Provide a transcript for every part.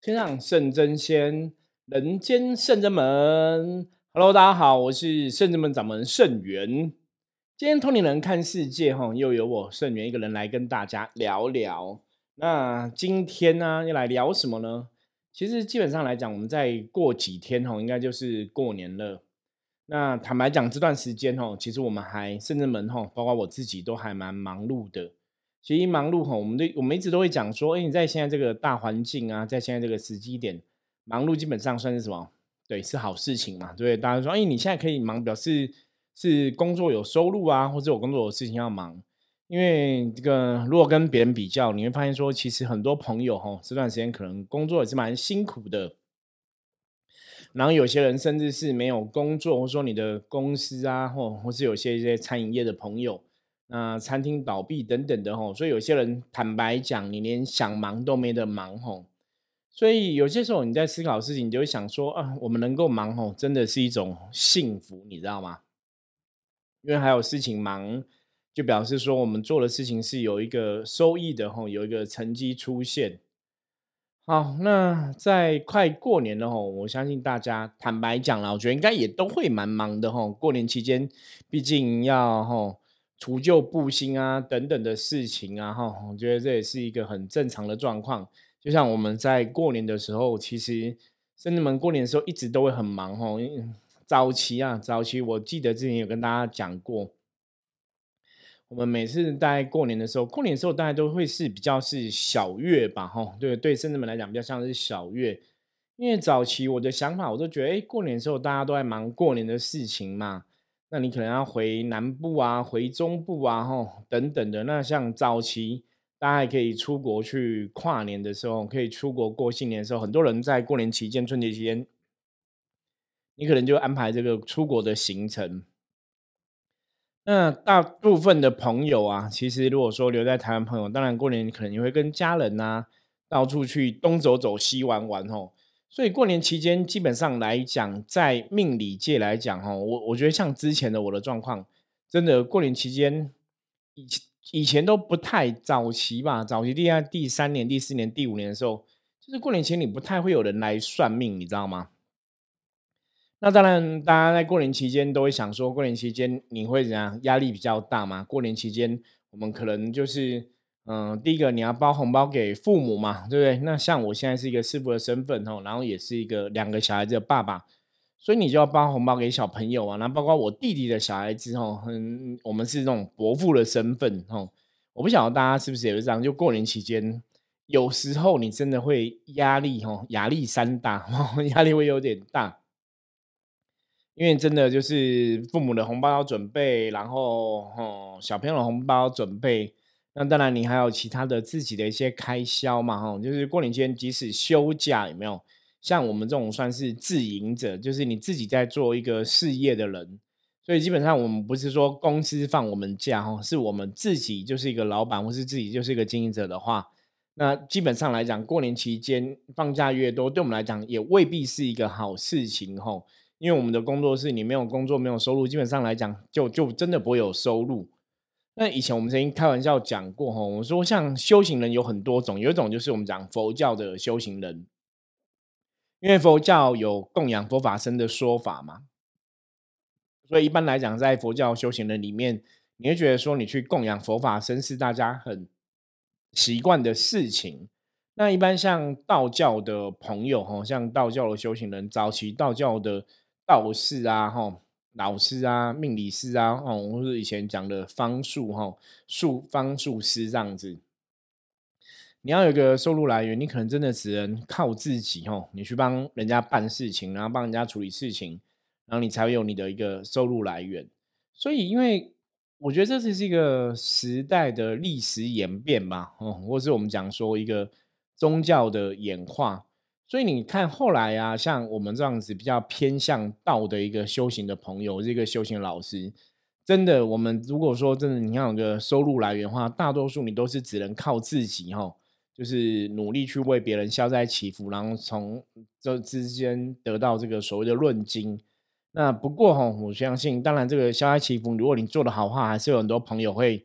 天上圣真仙，人间圣真门。Hello，大家好，我是圣真门掌门圣元。今天通灵人看世界，哈，又有我圣元一个人来跟大家聊聊。那今天呢，要来聊什么呢？其实基本上来讲，我们再过几天，哈，应该就是过年了。那坦白讲，这段时间其实我们还圣真门包括我自己都还蛮忙碌的。其实一忙碌我们一直都会讲说，哎，你在现在这个大环境啊，在现在这个时机点，忙碌基本上算是什么？对，是好事情嘛，对不对？大家说，哎，你现在可以忙，表示是工作有收入啊，或者有工作有事情要忙。因为这个如果跟别人比较，你会发现说，其实很多朋友这段时间可能工作也是蛮辛苦的。然后有些人甚至是没有工作，或者说你的公司啊，或是有一些餐饮业的朋友，那餐厅倒闭等等的所以有些人坦白讲，你连想忙都没得忙所以有些时候你在思考事情，你就会想说啊，我们能够忙真的是一种幸福，你知道吗？因为还有事情忙，就表示说我们做的事情是有一个收益的有一个成绩出现。好，那在快过年了我相信大家坦白讲了，我觉得应该也都会蛮忙的过年期间，毕竟要除旧布新啊等等的事情啊我觉得这也是一个很正常的状况。就像我们在过年的时候，其实甚至们过年的时候一直都会很忙因为早期我记得之前有跟大家讲过，我们每次在过年的时候，过年的时候大家都会是比较是小月吧，对对，甚至们来讲比较像是小月。因为早期我的想法，我都觉得，哎，过年的时候大家都在忙过年的事情嘛，那你可能要回南部啊，回中部啊，等等的。那像早期大家还可以出国去跨年的时候，可以出国过新年的时候，很多人在过年期间、春节期间，你可能就安排这个出国的行程。那大部分的朋友啊，其实如果说留在台湾朋友，当然过年可能也会跟家人呐、到处去东走走西玩玩所以过年期间基本上来讲，在命理界来讲我觉得像之前的我的状况，真的过年期间以前都不太早期吧，早期第3年、第4年、第5年的时候，就是过年前你不太会有人来算命，你知道吗？那当然，大家在过年期间都会想说，过年期间你会怎样？压力比较大嘛？过年期间我们可能就是，第一个你要包红包给父母嘛，对不对？那像我现在是一个师傅的身份然后也是一个2个小孩子的爸爸，所以你就要包红包给小朋友啊，那包括我弟弟的小孩子我们是那种伯父的身份我不晓得大家是不是也是这样，就过年期间，有时候你真的会压力压力山大，压力会有点大。因为真的就是父母的红包要准备，然后小朋友的红包准备，那当然你还有其他的自己的一些开销嘛就是过年期间即使休假有没有？像我们这种算是自营者，就是你自己在做一个事业的人，所以基本上我们不是说公司放我们假是我们自己就是一个老板，或是自己就是一个经营者的话，那基本上来讲，过年期间放假越多，对我们来讲也未必是一个好事情因为我们的工作是你没有工作没有收入，基本上来讲就真的不会有收入。那以前我们曾经开玩笑讲过我说像修行人有很多种，有一种就是我们讲佛教的修行人，因为佛教有供养佛法僧的说法嘛，所以一般来讲，在佛教修行人里面，你会觉得说你去供养佛法僧是大家很习惯的事情。那一般像道教的朋友像道教的修行人，早期道教的道士啊老师啊、命理师啊或是以前讲的方术方术师这样子，你要有一个收入来源，你可能真的只能靠自己你去帮人家办事情，然后帮人家处理事情，然后你才会有你的一个收入来源。所以，因为我觉得这是一个时代的历史演变吧，或是我们讲说一个宗教的演化。所以你看后来啊，像我们这样子比较偏向道的一个修行的朋友，这个修行老师，真的，我们如果说真的你要有个收入来源的话，大多数你都是只能靠自己就是努力去为别人消灾祈福，然后从这之间得到这个所谓的论金。那不过我相信当然这个消灾祈福，如果你做得好的话，还是有很多朋友会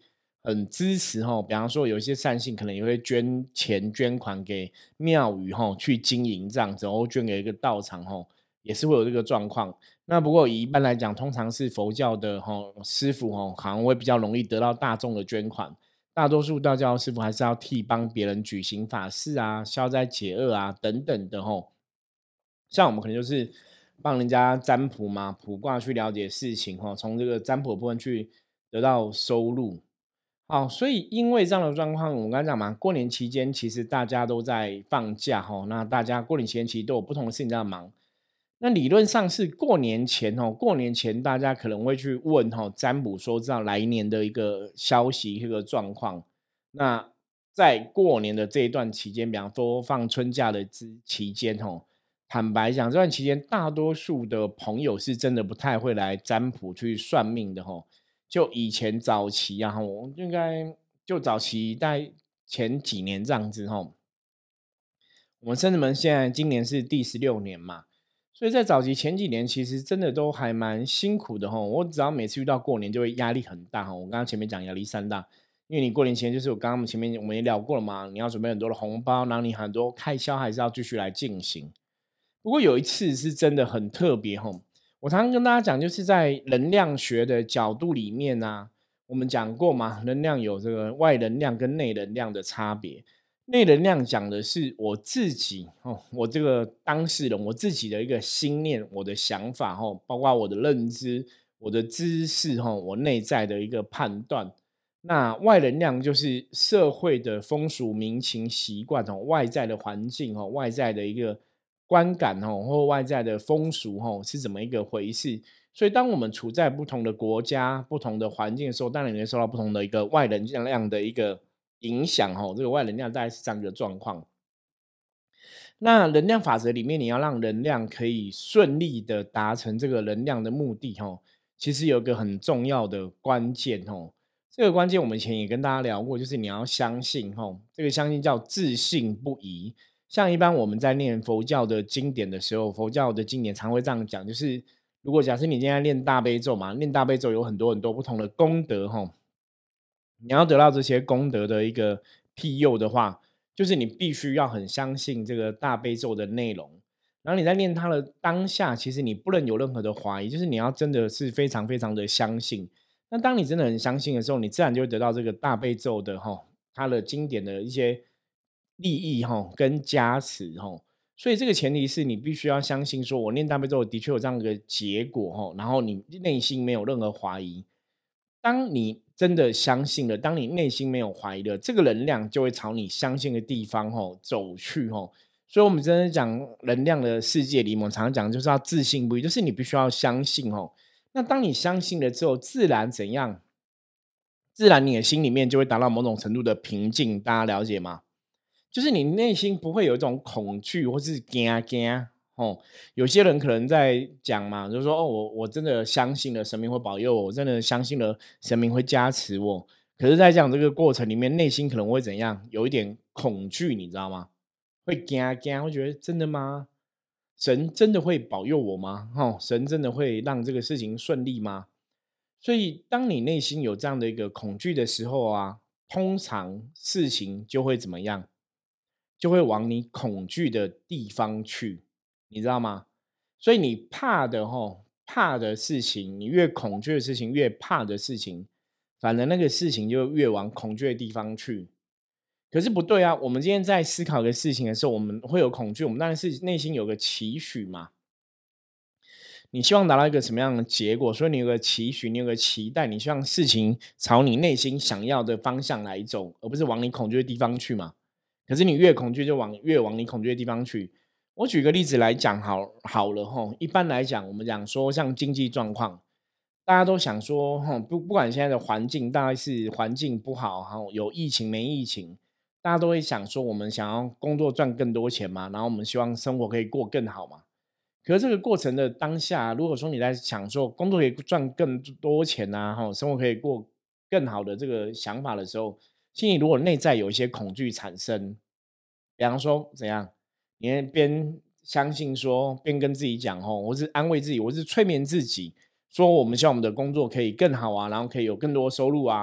很支持比方说有一些善信可能也会捐钱捐款给庙宇去经营这样子，然后捐给一个道场也是会有这个状况。那不过以一般来讲，通常是佛教的师傅好像会比较容易得到大众的捐款。大多数道教师傅还是要替帮别人举行法事啊、消灾解厄啊等等的像我们可能就是帮人家占卜嘛，卜卦去了解事情从这个占卜的部分去得到收入。好，所以因为这样的状况，我们刚才讲嘛，过年期间其实大家都在放假那大家过年期间其实都有不同的事情在忙。那理论上是过年前过年前大家可能会去问占卜，说知道来年的一个消息、一个状况。那在过年的这一段期间，比方说放春假的期间坦白讲，这段期间大多数的朋友是真的不太会来占卜去算命的就以前早期啊，我应该就早期在前几年这样子我们深圳门现在今年是第16年嘛，所以在早期前几年其实真的都还蛮辛苦的我只要每次遇到过年就会压力很大我刚刚前面讲压力山大，因为你过年前就是我刚刚前面我们也聊过了嘛，你要准备很多的红包，然后你很多开销还是要继续来进行。不过有一次是真的很特别我常常跟大家讲，就是在能量学的角度里面啊，我们讲过嘛，能量有这个外能量跟内能量的差别。内能量讲的是我自己我这个当事人我自己的一个心念、我的想法包括我的认知、我的知识我内在的一个判断。那外能量就是社会的风俗民情习惯外在的环境外在的一个观感或外在的风俗是怎么一个回事。所以当我们处在不同的国家、不同的环境的时候，当然你会受到不同的一个外能量的一个影响这个外能量大概是这样一个状况。那能量法则里面，你要让能量可以顺利的达成这个能量的目的其实有一个很重要的关键这个关键我们以前也跟大家聊过，就是你要相信这个相信叫自信不疑。像一般我们在念佛教的经典的时候，佛教的经典常会这样讲，就是如果假设你今天念大悲咒嘛，念大悲咒有很多很多不同的功德你要得到这些功德的一个庇佑的话，就是你必须要很相信这个大悲咒的内容，然后你在念它的当下，其实你不能有任何的怀疑，就是你要真的是非常非常的相信。那当你真的很相信的时候，你自然就会得到这个大悲咒的它的经典的一些利益跟加持所以这个前提是你必须要相信，说我念大悲咒的确有这样一个结果然后你内心没有任何怀疑。当你真的相信了，当你内心没有怀疑了，这个能量就会朝你相信的地方走去所以我们真的讲能量的世界里，我们常常讲就是要自信不疑，就是你必须要相信那当你相信了之后，自然怎样？自然你的心里面就会达到某种程度的平静，大家了解吗？就是你内心不会有一种恐惧或是惊有些人可能在讲嘛，就是说我真的相信了神明会保佑我，我真的相信了神明会加持我。可是，在讲这个过程里面，内心可能会怎样？有一点恐惧，你知道吗？会惊，会觉得真的吗？神真的会保佑我吗？神真的会让这个事情顺利吗？所以，当你内心有这样的一个恐惧的时候啊，通常事情就会怎么样？就会往你恐惧的地方去，你知道吗？所以你怕的怕的事情，你越恐惧的事情，越怕的事情，反而那个事情就越往恐惧的地方去。可是不对啊，我们今天在思考一个事情的时候，我们会有恐惧，我们当然是内心有个期许嘛。你希望达到一个什么样的结果？所以你有个期许，你有个期待，你希望事情朝你内心想要的方向来走，而不是往你恐惧的地方去嘛。可是你越恐惧，就越往你恐惧的地方去。我举个例子来讲好了一般来讲，我们讲说像经济状况，大家都想说不管现在的环境，大概是环境不好有疫情没疫情，大家都会想说我们想要工作赚更多钱嘛，然后我们希望生活可以过更好嘛。可是这个过程的当下，如果说你在想说工作可以赚更多钱啊，生活可以过更好的这个想法的时候，心里如果内在有一些恐惧产生，比方说怎样，你会边相信说，边跟自己讲我是安慰自己，我是催眠自己，说我们希望我们的工作可以更好啊，然后可以有更多收入啊，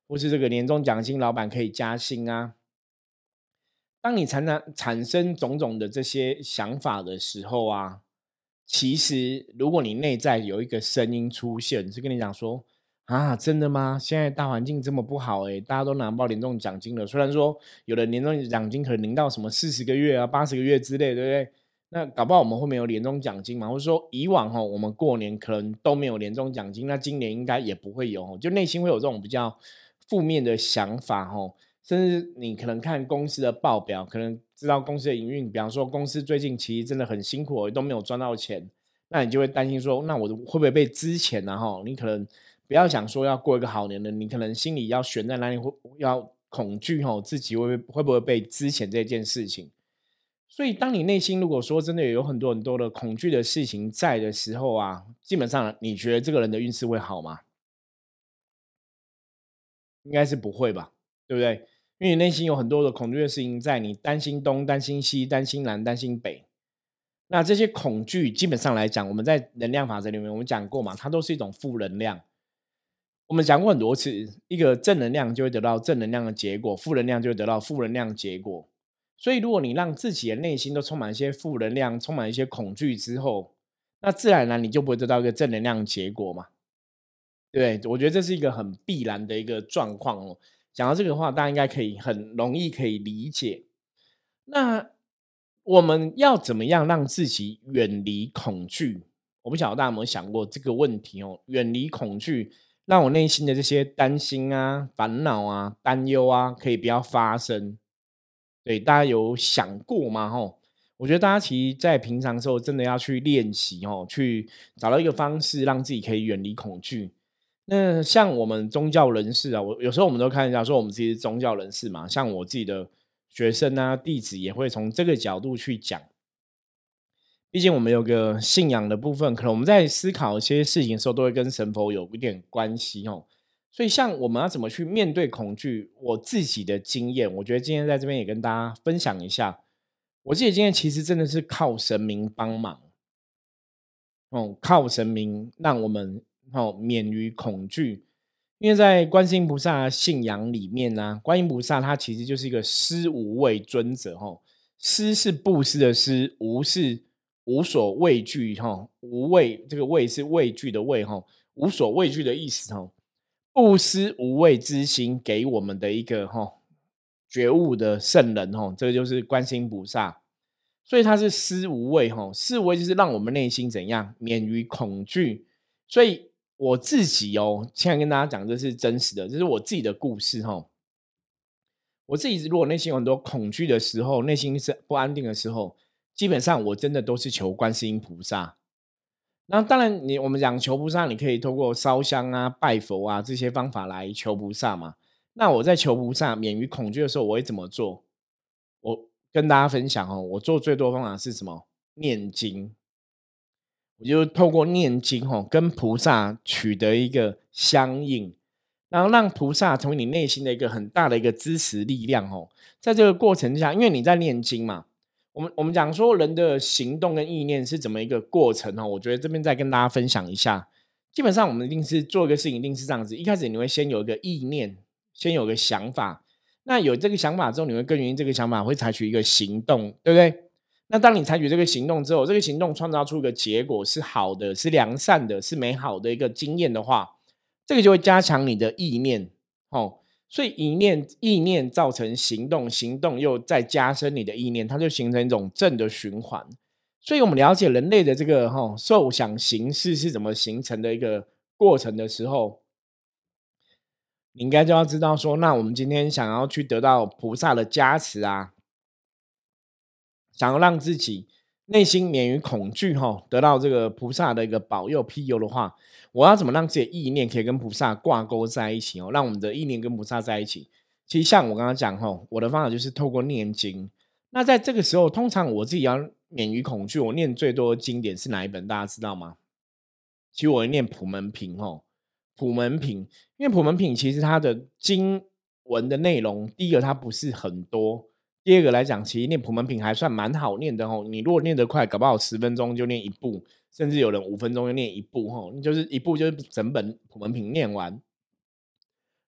或是这个年终奖金，老板可以加薪啊。当你产生种种的这些想法的时候啊，其实如果你内在有一个声音出现，是跟你讲说啊，真的吗？现在大环境这么不好大家都拿不到年终奖金了。虽然说有的年终奖金可能领到什么40个月啊、80个月之类，对不对？那搞不好我们会没有年终奖金嘛？或者说以往我们过年可能都没有年终奖金，那今年应该也不会有就内心会有这种比较负面的想法甚至你可能看公司的报表，可能知道公司的营运，比方说公司最近其实真的很辛苦都没有赚到钱，那你就会担心说，那我会不会被资遣呢？你可能不要想说要过一个好年的，你可能心里要悬在哪里，要恐惧自己会不会被资遣这件事情。所以，当你内心如果说真的有很多很多的恐惧的事情在的时候啊，基本上你觉得这个人的运势会好吗？应该是不会吧，对不对？因为你内心有很多的恐惧的事情在，你担心东、担心西、担心南、担心北。那这些恐惧基本上来讲，我们在能量法则里面我们讲过嘛，它都是一种负能量。我们讲过很多次，一个正能量就会得到正能量的结果，负能量就会得到负能量的结果。所以，如果你让自己的内心都充满一些负能量，充满一些恐惧之后，那自然而然你就不会得到一个正能量的结果嘛。对，我觉得这是一个很必然的一个状况讲到这个话，大家应该可以很容易可以理解。那我们要怎么样让自己远离恐惧？我不晓得大家有没有想过这个问题远离恐惧，让我内心的这些担心啊、烦恼啊、担忧啊，可以不要发生。对，大家有想过吗？我觉得大家其实在平常的时候真的要去练习去找到一个方式，让自己可以远离恐惧。那像我们宗教人士啊，有时候我们都看一下说我们自己是宗教人士嘛，像我自己的学生啊、弟子也会从这个角度去讲。毕竟我们有个信仰的部分，可能我们在思考一些事情的时候，都会跟神佛有一点关系所以，像我们要怎么去面对恐惧，我自己的经验，我觉得今天在这边也跟大家分享一下。我自己的经验其实真的是靠神明帮忙靠神明让我们免于恐惧。因为在观世音菩萨的信仰里面呢、观音菩萨他其实就是一个施无畏尊者施是布施的施，无是无所畏惧无畏这个畏是畏惧的畏无所畏惧的意思布施无畏之心给我们的一个觉悟的圣人这个就是观世音菩萨。所以他是施无畏施无畏就是让我们内心怎样免于恐惧。所以我自己现在跟大家讲这是真实的，这是我自己的故事我自己如果内心有很多恐惧的时候，内心是不安定的时候，基本上我真的都是求观世音菩萨。那当然我们讲求菩萨，你可以透过烧香啊、拜佛啊这些方法来求菩萨嘛。那我在求菩萨免于恐惧的时候，我会怎么做？我跟大家分享我做最多的方法是什么？念经。我就透过念经跟菩萨取得一个相应，然后让菩萨成为你内心的一个很大的一个支持力量在这个过程下，因为你在念经嘛，我们讲说人的行动跟意念是怎么一个过程我觉得这边再跟大家分享一下。基本上我们一定是做一个事情，一定是这样子，一开始你会先有一个意念，先有个想法，那有这个想法之后，你会根据这个想法会采取一个行动，对不对？那当你采取这个行动之后，这个行动创造出一个结果是好的、是良善的、是美好的一个经验的话，这个就会加强你的意念所以意念造成行动，行动又再加深你的意念，它就形成一种正的循环。所以我们了解人类的这个受想行识是怎么形成的一个过程的时候，你应该就要知道说，那我们今天想要去得到菩萨的加持啊，想要让自己内心免于恐惧得到这个菩萨的一个保佑庇佑的话，我要怎么让自己的意念可以跟菩萨挂钩在一起让我们的意念跟菩萨在一起。其实像我刚刚讲我的方法就是透过念经。那在这个时候，通常我自己要免于恐惧，我念最多的经典是哪一本？大家知道吗？其实我会念普门品普门品，因为普门品其实它的经文的内容，第一个它不是很多，第二个来讲，其实念普门品还算蛮好念的你如果念得快，搞不好10分钟就念一部，甚至有人5分钟就念一部你就是一部就是整本普门品念完。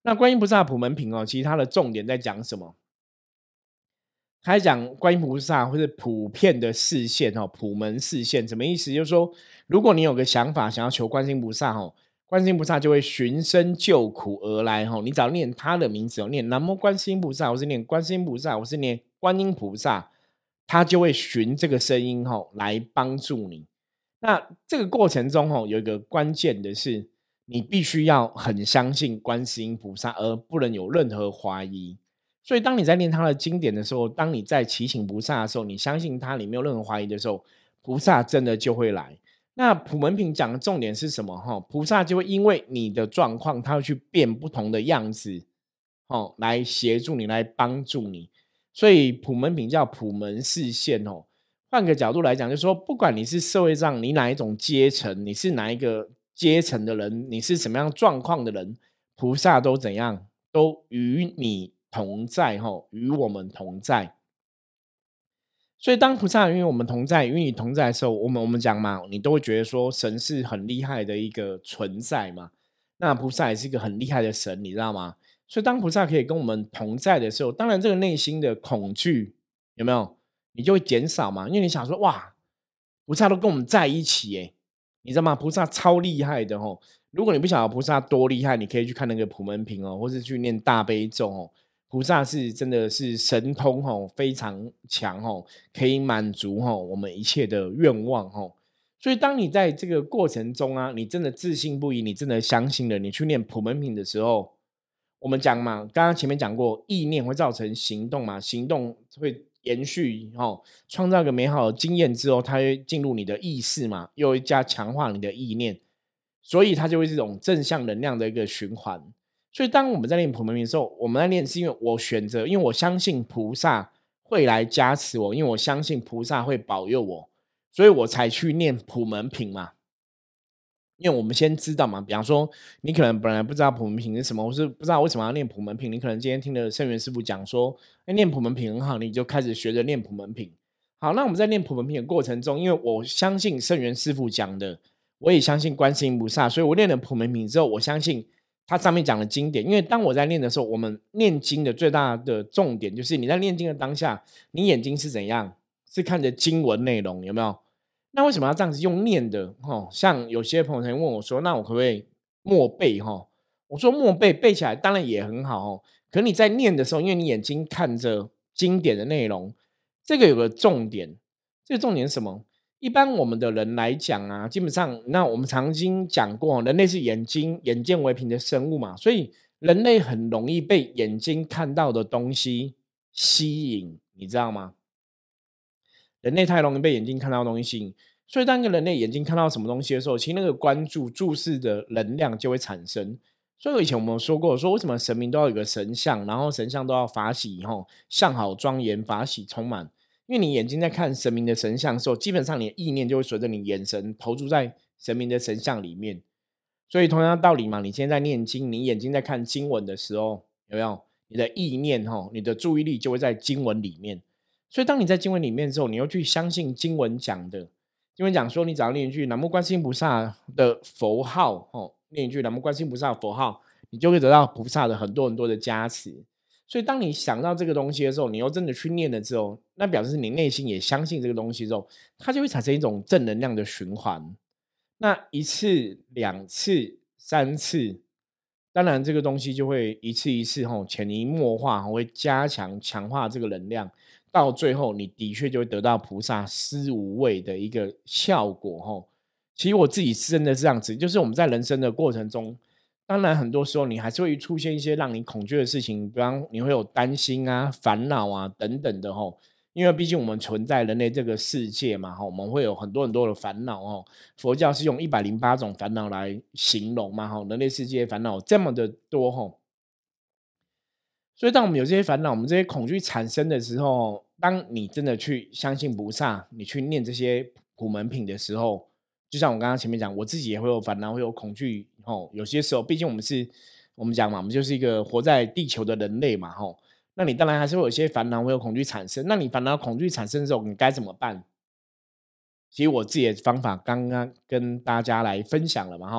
那观音菩萨普门品其实它的重点在讲什么？他在讲观音菩萨或是普遍的视线普门视线，什么意思？就是说，如果你有个想法想要求观世音菩萨观世音菩萨就会寻声救苦而来你只要念他的名字念南无观世音菩萨，或是念观世音菩萨，或是念观音菩萨，他就会寻这个声音来帮助你。那这个过程中有一个关键的是，你必须要很相信观世音菩萨，而不能有任何怀疑。所以当你在念他的经典的时候，当你在祈请菩萨的时候，你相信他，你没有任何怀疑的时候，菩萨真的就会来。那普门品讲的重点是什么？菩萨就会因为你的状况，他会去变不同的样子来协助你，来帮助你。所以普门品叫普门示现换个角度来讲，就是说，不管你是社会上你哪一种阶层，你是哪一个阶层的人，你是什么样状况的人，菩萨都怎样，都与你同在与我们同在。所以当菩萨与我们同在，与你同在的时候，我们讲嘛，你都会觉得说神是很厉害的一个存在嘛。那菩萨也是一个很厉害的神，你知道吗？所以当菩萨可以跟我们同在的时候，当然这个内心的恐惧有没有？你就会减少嘛，因为你想说哇，菩萨都跟我们在一起耶，你知道吗？菩萨超厉害的如果你不晓得菩萨多厉害，你可以去看那个普门品或是去念大悲咒菩萨是真的是神通非常强可以满足我们一切的愿望所以当你在这个过程中啊，你真的自信不疑，你真的相信了，你去念普门品的时候，我们讲嘛，刚刚前面讲过，意念会造成行动嘛，行动会延续创造一个美好的经验之后，它会进入你的意识嘛，又会加强化你的意念，所以它就会是这种正向能量的一个循环。所以当我们在念普门品的时候，我们在念是因为我选择，因为我相信菩萨会来加持我，因为我相信菩萨会保佑我，所以我才去念普门品嘛。因为我们先知道嘛，比方说你可能本来不知道普门品是什么，或是不知道为什么要念普门品，你可能今天听了圣元师傅讲说，念普门品很好，你就开始学着念普门品。好，那我们在念普门品的过程中，因为我相信圣元师傅讲的，我也相信观世音菩萨，所以我念了普门品之后，我相信它上面讲的经典。因为当我在念的时候，我们念经的最大的重点就是你在念经的当下，你眼睛是怎样，是看着经文内容，有没有？那为什么要这样子用念的像有些朋友曾经问我说，那我可不可以默背我说默背背起来当然也很好可你在念的时候，因为你眼睛看着经典的内容，这个有个重点，这个重点是什么？一般我们的人来讲啊，基本上那我们曾经讲过，人类是眼见为凭的生物嘛，所以人类很容易被眼睛看到的东西吸引，你知道吗？人类太容易被眼睛看到的东西吸引，所以当一个人类眼睛看到什么东西的时候，其实那个关注注视的能量就会产生。所以以前我们有说过，说为什么神明都要有个神像，然后神像都要法喜相好庄严，法喜充满。因为你眼睛在看神明的神像的时候，基本上你的意念就会随着你眼神投注在神明的神像里面。所以同样的道理嘛，你现在在念经，你眼睛在看经文的时候，有没有你的意念你的注意力就会在经文里面。所以当你在经文里面之后，你又去相信经文讲的，经文讲说你只要念一句南无观世音菩萨的佛号念一句南无观世音菩萨的佛号，你就会得到菩萨的很多很多的加持。所以当你想到这个东西的时候，你又真的去念了之后，那表示你内心也相信这个东西之后，它就会产生一种正能量的循环。那一次、两次、三次，当然这个东西就会一次一次潜移默化，会加强强化这个能量，到最后你的确就会得到菩萨施无畏的一个效果其实我自己是真的是这样子，就是我们在人生的过程中，当然很多时候你还是会出现一些让你恐惧的事情，比方你会有担心啊、烦恼啊等等的因为毕竟我们存在人类这个世界嘛我们会有很多很多的烦恼佛教是用108种烦恼来形容嘛人类世界烦恼这么的多所以当我们有这些烦恼，我们这些恐惧产生的时候，当你真的去相信菩萨，你去念这些普门品的时候，就像我刚刚前面讲，我自己也会有烦恼，会有恐惧有些时候，毕竟我们讲嘛，我们就是一个活在地球的人类嘛那你当然还是会有一些烦恼，会有恐惧产生。那你烦恼、恐惧产生的时候，你该怎么办？其实我自己的方法刚刚跟大家来分享了嘛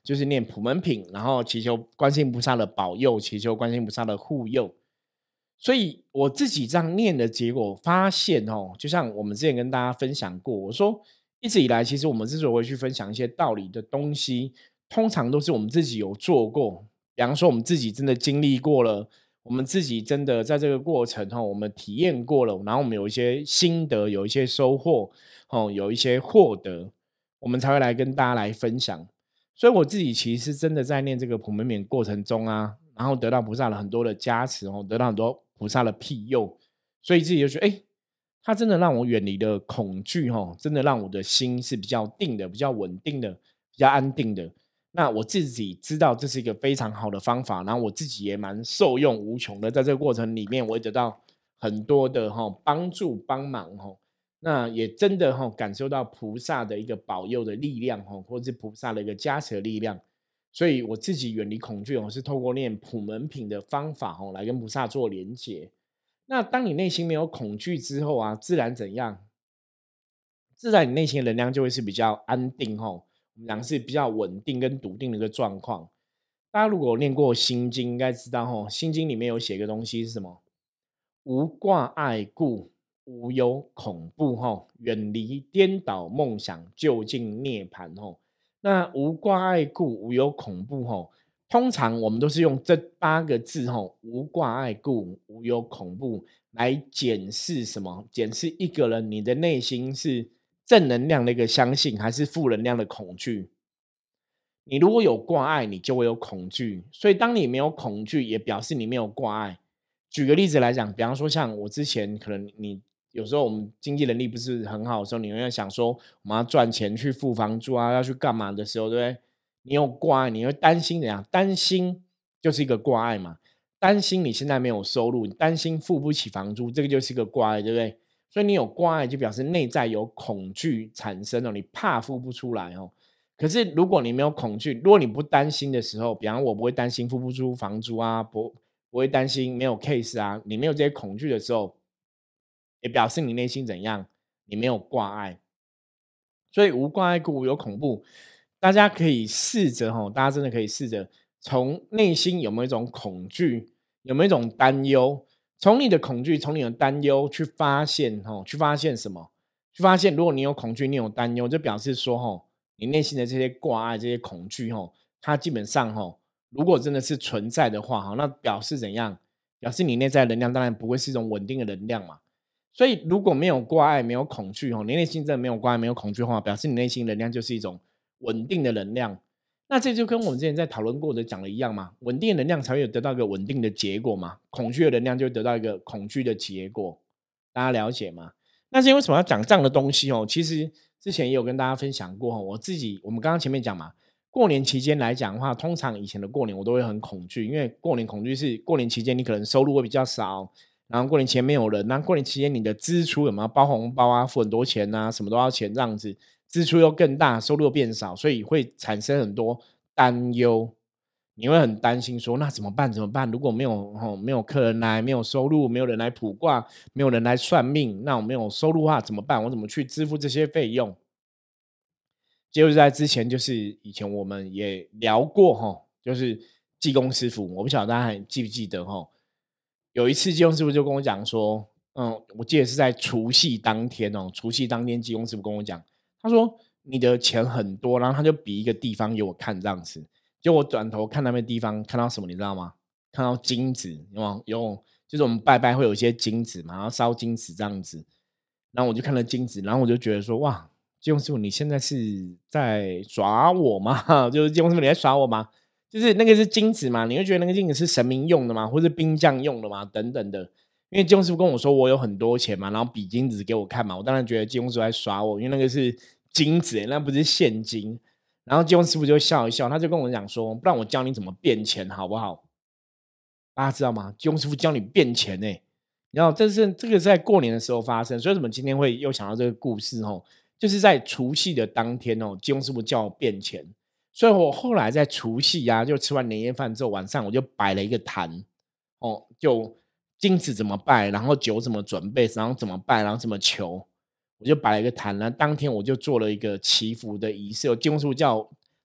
就是念普门品，然后祈求观世音菩萨的保佑，祈求观世音菩萨的护佑。所以我自己这样念的结果，发现就像我们之前跟大家分享过，我说一直以来，其实我们之所以会去分享一些道理的东西，通常都是我们自己有做过，比方说我们自己真的经历过了，我们自己真的在这个过程我们体验过了，然后我们有一些心得，有一些收获，有一些获得，我们才会来跟大家来分享。所以我自己其实真的在念这个普门品过程中啊，然后得到菩萨了很多的加持得到很多菩萨的庇佑，所以自己就觉得，它真的让我远离了恐惧真的让我的心是比较定的、比较稳定的、比较安定的。那我自己知道这是一个非常好的方法，然后我自己也蛮受用无穷的，在这个过程里面，我也得到很多的帮助、帮忙那也真的感受到菩萨的一个保佑的力量或者是菩萨的一个加持的力量。所以我自己远离恐惧是透过念普门品的方法来跟菩萨做连结。那当你内心没有恐惧之后啊，自然怎样？自然你内心的能量就会是比较安定我们讲是比较稳定跟笃定的一个状况。大家如果有念过心经，应该知道心经里面有写个东西是什么？无挂碍故，无忧恐怖远离颠倒梦想，就近涅槃那无挂碍故，无忧恐怖通常我们都是用这8个字无挂碍故，无忧恐怖来检视什么？检视一个人你的内心是正能量的一个相信，还是负能量的恐惧？你如果有挂碍，你就会有恐惧，所以当你没有恐惧，也表示你没有挂碍。举个例子来讲，比方说像我之前可能你有时候我们经济能力不是很好的时候，你会想说我们要赚钱去付房租啊，要去干嘛的时候，对不对？你有挂碍，你会担心怎样？担心就是一个挂碍嘛，担心你现在没有收入，你担心付不起房租，这个就是一个挂碍，对不对？所以你有挂碍，就表示内在有恐惧产生你怕付不出来可是如果你没有恐惧，如果你不担心的时候，比方我不会担心付不出房租啊，不会担心没有 case 啊，你没有这些恐惧的时候，也表示你内心怎样？你没有挂碍。所以无挂碍故，无有恐怖。大家可以试着大家真的可以试着从内心有没有一种恐惧，有没有一种担忧，从你的恐惧，从你的担忧去发现去发现什么？去发现如果你有恐惧，你有担忧，就表示说你内心的这些挂碍、这些恐惧它基本上如果真的是存在的话那表示怎样？表示你内在的能量当然不会是一种稳定的能量嘛。所以如果没有挂碍、没有恐惧你内心真的没有挂碍、没有恐惧的话，表示你内心能量就是一种稳定的能量。那这就跟我们之前在讨论过的讲的一样嘛，稳定的能量才会有得到一个稳定的结果嘛，恐惧的能量就会得到一个恐惧的结果。大家了解吗？那是因为为什么要讲这样的东西其实之前也有跟大家分享过我们刚刚前面讲嘛，过年期间来讲的话，通常以前的过年我都会很恐惧，因为过年恐惧是过年期间你可能收入会比较少，然后过年期间没有人，那过年期间你的支出有没有包红包啊，付很多钱啊，什么都要钱这样子，支出又更大，收入又变少，所以会产生很多担忧。你会很担心说那怎么办？怎么办？如果没有客人来，没有收入，没有人来卜卦，没有人来算命，那我没有收入的话怎么办？我怎么去支付这些费用？就是在之前，就是以前我们也聊过就是济公师傅，我不晓得大家还记不记得有一次济公师傅就跟我讲说，我记得是在除夕当天除夕当天济公师傅跟我讲，他说你的钱很多，然后他就比一个地方给我看这样子，结果我转头看那边地方，看到什么你知道吗？看到金子，就是我们拜拜会有一些金子嘛，然后烧金子这样子，然后我就看了金子，然后我就觉得说哇。济公师傅，你现在是在耍我吗？就是济公师傅，你在耍我吗？就是那个是金子嘛，你会觉得那个金子是神明用的吗？或是兵将用的吗？等等的。因为济公师傅跟我说我有很多钱嘛，然后比金子给我看嘛，我当然觉得济公师傅在耍我，因为那个是金子，那不是现金。然后济公师傅就笑一笑，他就跟我讲说，不然我教你怎么变钱好不好？大家知道吗？济公师傅教你变钱然后这个是在过年的时候发生，所以我们今天会又想到这个故事就是在除夕的当天济公师傅叫我变钱，所以我后来在除夕就吃完年夜饭之后，晚上我就摆了一个坛就金子怎么拜，然后酒怎么准备，然后怎么拜，然后怎么求，我就摆了一个坛，然后当天我就做了一个祈福的仪式，济公师傅叫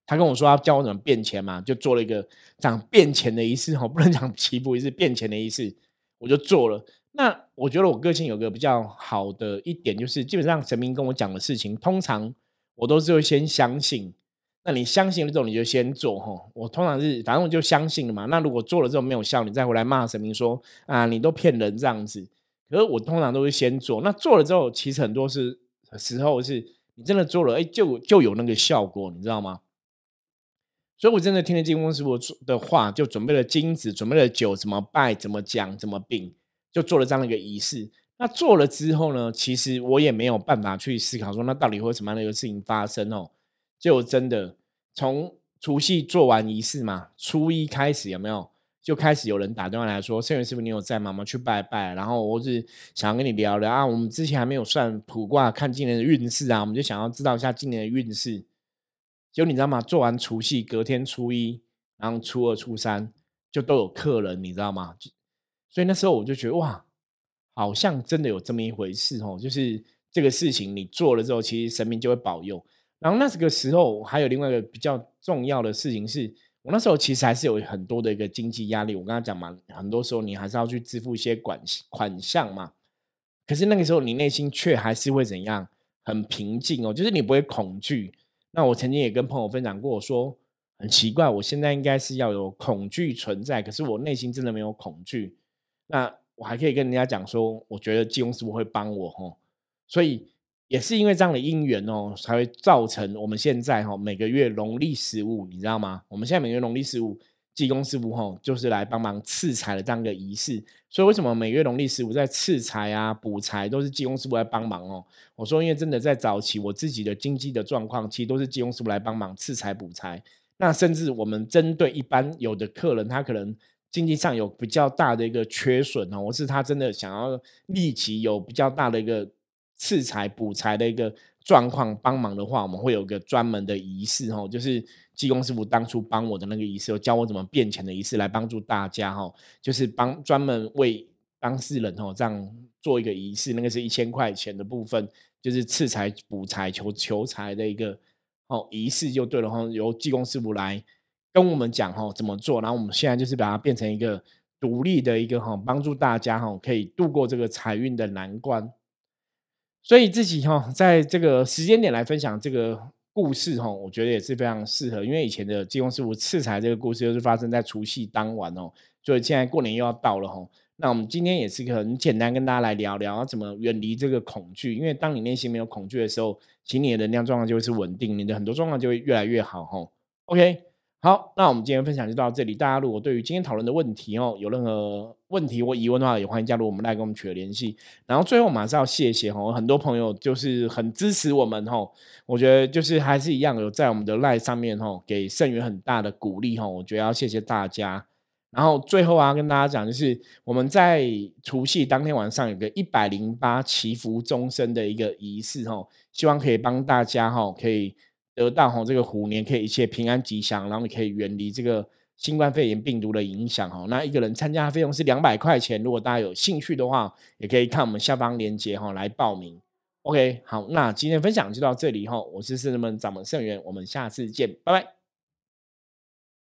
他跟我说要教我怎么变钱嘛，就做了一个讲变钱的仪式哦，不能讲祈福仪式，变钱的仪式，我就做了。那我觉得我个性有个比较好的一点，就是基本上神明跟我讲的事情，通常我都是会先相信。那你相信了之后，你就先做哈。我通常是反正我就相信了嘛。那如果做了之后没有效，你再回来骂神明说啊，你都骗人这样子。可是我通常都是先做，那做了之后，其实很多时候是你真的做了，哎，就有那个效果，你知道吗？所以我真的听了济公师傅的话，就准备了金子，准备了酒，怎么拜，怎么讲，怎么禀，就做了这样的一个仪式。那做了之后呢，其实我也没有办法去思考说，那到底会有什么样的一个事情发生哦？就真的从除夕做完仪式嘛，初一开始有没有就开始有人打电话来说，圣元师傅你有在吗？我们去拜拜。然后我是想要跟你聊聊啊，我们之前还没有算卜卦，看今年的运势啊，我们就想要知道一下今年的运势。结果你知道吗？做完除夕，隔天初一，然后初二、初三就都有客人，你知道吗？所以那时候我就觉得哇，好像真的有这么一回事哦，就是这个事情你做了之后，其实神明就会保佑。然后那个时候还有另外一个比较重要的事情是，我那时候其实还是有很多的一个经济压力。我刚刚讲嘛，很多时候你还是要去支付一些款项嘛。可是那个时候你内心却还是会怎样？很平静哦，就是你不会恐惧。那我曾经也跟朋友分享过，我说很奇怪，我现在应该是要有恐惧存在，可是我内心真的没有恐惧。那我还可以跟人家讲说，我觉得济公师傅会帮我哦，所以也是因为这样的因缘哦，才会造成我们现在每个月农历15，你知道吗？我们现在每个月农历15，济公师傅就是来帮忙赐财的这样一个仪式。所以为什么每个月农历15在赐财啊、补财都是济公师傅来帮忙哦？我说，因为真的在早期我自己的经济的状况，其实都是济公师傅来帮忙赐财补财。那甚至我们针对一般有的客人，他可能经济上有比较大的一个缺损哦，或是他真的想要立即有比较大的一个赐财补财的一个状况帮忙的话，我们会有个专门的仪式哦，就是济公师傅当初帮我的那个仪式，教我怎么变钱的仪式，来帮助大家哦，就是专门为当事人这样做一个仪式，那个是1000块钱的部分，就是赐财补财求财的一个仪式就对了由济公师傅来跟我们讲怎么做，然后我们现在就是把它变成一个独立的一个帮助大家可以度过这个财运的难关。所以自己在这个时间点来分享这个故事我觉得也是非常适合，因为以前的济公师傅赐财这个故事就是发生在除夕当晚所以现在过年又要到了那我们今天也是很简单跟大家来聊聊怎么远离这个恐惧，因为当你内心没有恐惧的时候，其实你的能量状况就会是稳定，你的很多状况就会越来越好OK，好，那我们今天分享就到这里。大家如果对于今天讨论的问题有任何问题或疑问的话，也欢迎加入我们来跟我们取得联系。然后最后马上要谢谢很多朋友就是很支持我们我觉得就是还是一样有在我们的 LINE 上面给盛元很大的鼓励我觉得要谢谢大家。然后最后跟大家讲，就是我们在除夕当天晚上有个108祈福终身的一个仪式希望可以帮大家可以得到这个虎年可以一切平安吉祥，然后你可以远离这个新冠肺炎病毒的影响那一个人参加的费用是200块钱，如果大家有兴趣的话，也可以看我们下方链接来报名。OK， 好，那今天分享就到这里我是圣人们掌门圣元，我们下次见，拜拜。